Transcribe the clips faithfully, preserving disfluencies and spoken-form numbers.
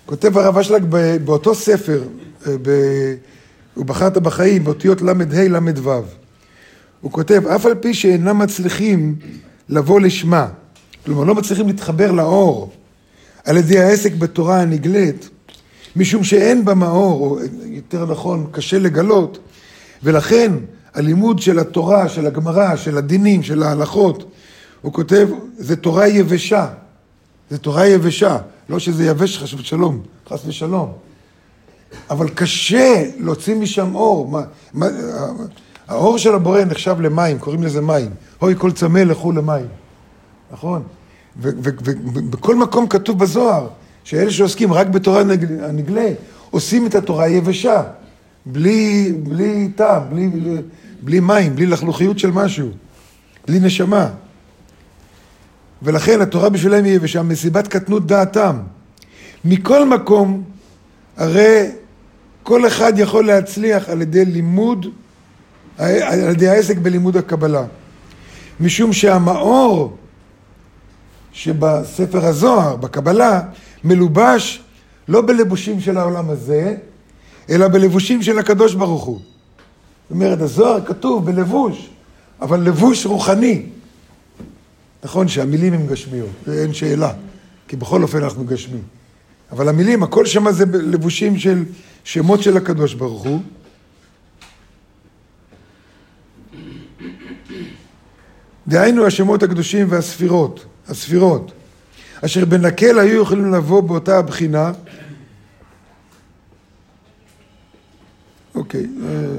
כותב הרב אשלג באותו ספר, ובחרת בחיים, באותיות למד ה' למד ו'. הוא כותב, אף על פי שאינם מצליחים לבוא לשמה, כלומר לא מצליחים להתחבר לאור, על ידי העסק בתורה הנגלית, משום שאין בה מאור, או יותר נכון, קשה לגלות, ולכן הלימוד של התורה, של הגמרא, של הדינים, של ההלכות, הוא כותב, זה תורה יבשה. זה תורה יבשה. לא שזה יבש חס ושלום, חס ושלום. אבל קשה להוציא משם אור. מה, מה, האור של הבורא נחשב למים, קוראים לזה מים. הוי כל צמא לכו למים. נכון? ובכל מקום כתוב בזוהר, שאלה שעוסקים רק בתורה הנגלה, עושים את התורה היבשה. בלי, בלי טעם, בלי, בלי, בלי מים, בלי לחלוכיות של משהו. בלי נשמה. ולכן התורה בשבילם היא יבשה, מסיבת קטנות דעתם. מכל מקום, הרי כל אחד יכול להצליח על ידי לימוד, על ידי העסק בלימוד הקבלה. משום שהמאור שבספר הזוהר, בקבלה, מלובש לא בלבושים של העולם הזה, אלא בלבושים של הקדוש ברוך הוא. זאת אומרת, הזוהר כתוב בלבוש, אבל לבוש רוחני. נכון שהמילים הם גשמיות, אין שאלה, כי בכל אופן אנחנו גשמי. אבל המילים, הכל שמה זה לבושים של שמות של הקדוש ברוך הוא. דהיינו השמות הקדושים והספירות, הספירות, אשר בנקל היו יכולים לבוא באותה הבחינה. אוקיי.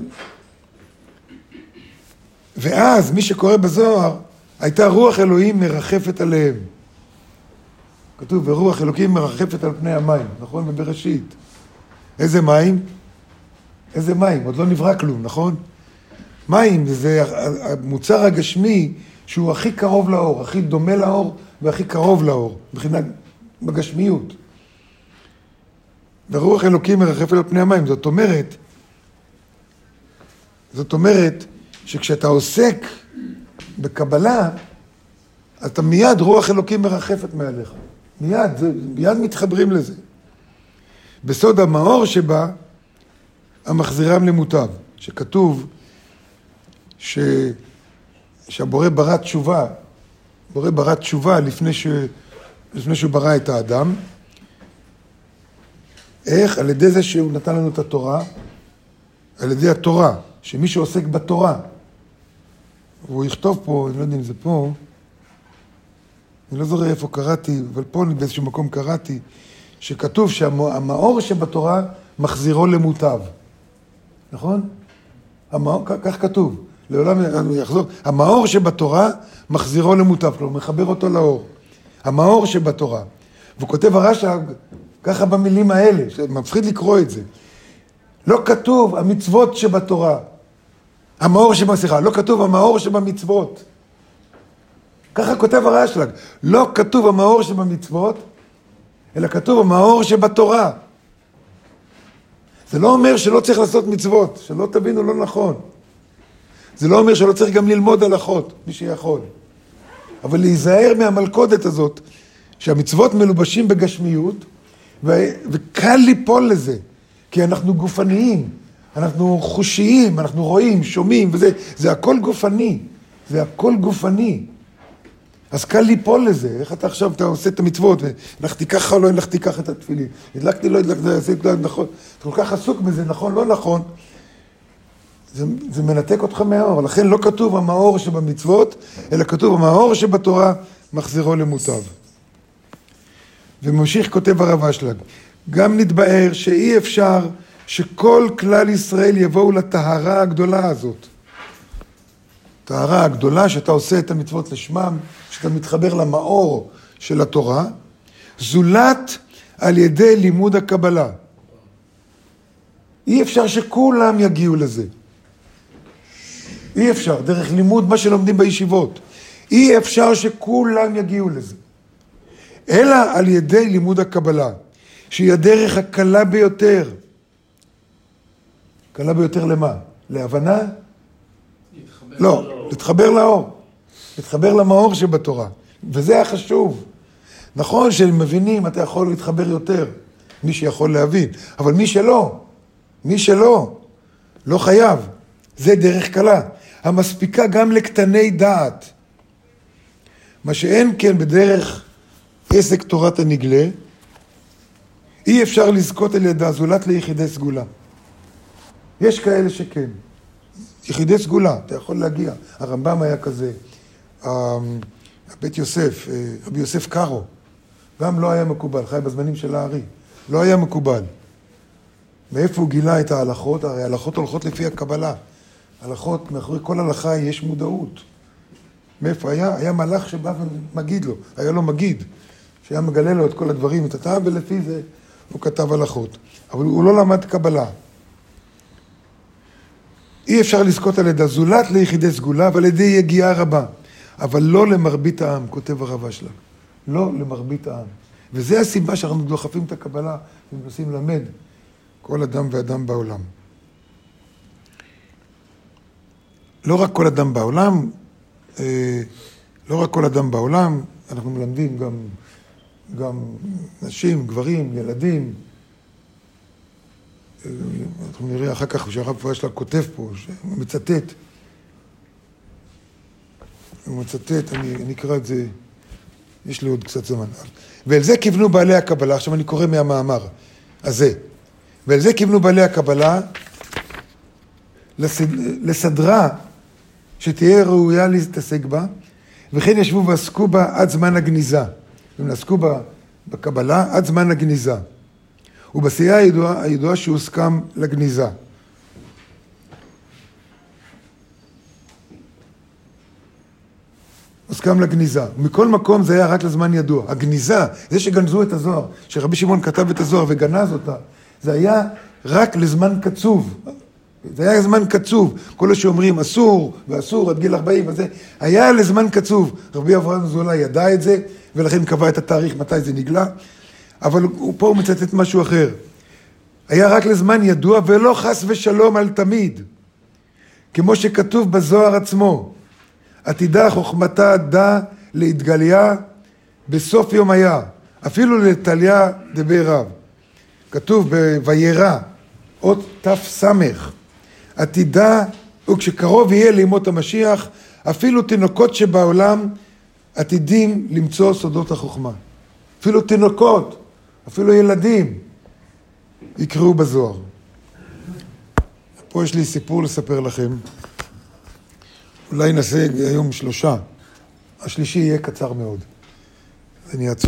ואז מי שקורא בזוהר, הייתה רוח אלוהים מרחפת עליהם. כתוב, ורוח אלוהים מרחפת על פני המים, נכון? בבראשית. איזה מים? איזה מים? עוד לא נברא כלום, נכון? מים זה המוצר הגשמי שהוא הכי קרוב לאור, הכי דומה לאור והכי קרוב לאור, מבחינת בגשמיות. ורוח אלוהים מרחפת על פני המים, זאת אומרת, זאת אומרת שכשאתה עוסק בקבלה, אתה מיד רוח אלוקים מרחפת מעליך. מיד, זה, מיד מתחברים לזה. בסוד המאור שבה, המחזירם למוטב, שכתוב ש... שהבורא ברא תשובה, בורא ברא תשובה לפני, ש... לפני שהוא ברא את האדם. איך? על ידי זה שהוא נתן לנו את התורה, על ידי התורה, שמי שעוסק בתורה, והוא יכתוב פה, אני לא יודע אם זה פה, אני לא זוכר איפה קראתי, אבל פה באיזשהו מקום קראתי, שכתוב שהמאור שבתורה מחזירו למוטב. נכון? המאור, כך כתוב. לעולם אני אחזור. המאור שבתורה מחזירו למוטב, כלומר, מחבר אותו לאור. המאור שבתורה. והוא כותב הרש"ג ככה במילים האלה, שמפחיד לקרוא את זה. לא כתוב המצוות שבתורה. המאור שבשיחה, לא כתוב המאור שבמצוות. ככה כותב הרש"ג. לא כתוב המאור שבמצוות, אלא כתוב המאור שבתורה. זה לא אומר שלא צריך לעשות מצוות, שלא תבינו לא נכון. זה לא אומר שלא צריך גם ללמוד הלכות, מי שיכול. אבל להיזהר מהמלכודת הזאת, שהמצוות מלובשים בגשמיות, ו- וקל ליפול לזה, כי אנחנו גופניים, אנחנו חושיים, אנחנו רואים, שומעים, וזה, זה הכל גופני, זה הכל גופני. אז קל ליפול לזה, איך אתה עכשיו, אתה עושה את המצוות, והלכתי ככה או לא הלכתי ככה את התפילין, הדלקתי, לא הדלקתי, זה נכון, אתה כל כך עסוק בזה, נכון, לא נכון, זה, זה מנתק אותך מהאור, לכן לא כתוב המאור שבמצוות, אלא כתוב המאור שבתורה מחזירו למוטב. וממשיך כותב הרב אשלג, גם נתבאר שאי אפשר שכל כלל ישראל יבואו לטהרה הגדולה הזאת. טהרה הגדולה שאתה עושה את המצוות לשמם, שאתה מתחבר למאור של התורה, זולת על ידי לימוד הקבלה. אי אפשר שכולם יגיעו לזה. אי אפשר, דרך לימוד מה שלומדים בישיבות. אי אפשר שכולם יגיעו לזה. אלא על ידי לימוד הקבלה, שהיא הדרך הקלה ביותר. קלה ביותר למה? להבנה? לא, להתחבר לאור. להתחבר למאור שבתורה. וזה החשוב. נכון שהם מבינים, אתה יכול להתחבר יותר. מי שיכול להבין. אבל מי שלא, מי שלא, לא חייב. זה דרך קלה. המספיקה גם לקטני דעת. מה שאין כן בדרך עסק תורת הנגלה, אי אפשר לזכות על ידה זולת ליחידי סגולה. יש כאלה שכן. יחידי סגולה, אתה יכול להגיע. הרמב"ם היה כזה. בית יוסף, רבי יוסף קארו, גם לא היה מקובל, חי בזמנים של הארי. לא היה מקובל. מאיפה הוא גילה את ההלכות? הרי ההלכות הולכות לפי הקבלה. הלכות, מאחורי כל הלכה יש מודעות. מאיפה היה? היה מלאך שבא ומגיד לו, היה לו מגיד, שהיה מגלה לו את כל הדברים, את הטעם, ולפי זה הוא כתב הלכות. אבל הוא לא למד קבלה. אי אפשר לזכות על ידה זולת ליחידי סגולה, ועל ידי יגיעה רבה. אבל לא למרבית העם, כותב הרב אשלג. לא למרבית העם. וזה הסיבה שאנחנו דוחפים את הקבלה ומנסים ללמד כל אדם ואדם בעולם. לא רק כל אדם בעולם, לא רק כל אדם בעולם, אנחנו מלמדים גם, גם נשים, גברים, ילדים. אנחנו נראה אחר כך שהרב אשלג כותב פה, שהוא מצטט. הוא מצטט, אני, אני אקרא את זה, יש לי עוד קצת זמן. ואל זה כיוונו בעלי הקבלה, עכשיו אני קורא מהמאמר הזה. ואל זה כיוונו בעלי הקבלה, לסד... לסדרה שתהיה ראויה להתעסק בה, וכן ישבו ועסקו בה עד זמן הגניזה. הם עסקו בה בקבלה עד זמן הגניזה. ובסיעה הידועה, הידועה שהוסכם לגניזה. הוסכם לגניזה. מכל מקום זה היה רק לזמן ידוע. הגניזה, זה שגנזו את הזוהר, שרבי שמעון כתב את הזוהר וגנז אותה, זה היה רק לזמן קצוב. זה היה זמן קצוב. כל שאומרים אסור ואסור עד גיל ארבעים וזה, היה לזמן קצוב. רבי אברהם אזולאי ידע את זה, ולכן קבע את התאריך מתי זה נגלה. אבל הוא, פה הוא מצטט משהו אחר. היה רק לזמן ידוע ולא חס ושלום על תמיד. כמו שכתוב בזוהר עצמו. עתידה חוכמתה דע להתגליה בסוף יום היה. אפילו לטליה דבר רב. כתוב בוירא, אות תף סמך. עתידה, וכשקרוב יהיה לימות המשיח, אפילו תינוקות שבעולם עתידים למצוא סודות החוכמה. אפילו תינוקות, אפילו ילדים, יקראו בזוהר. פה יש לי סיפור לספר לכם. אולי נעשה היום שלושה. השלישי יהיה קצר מאוד. אני אעצור.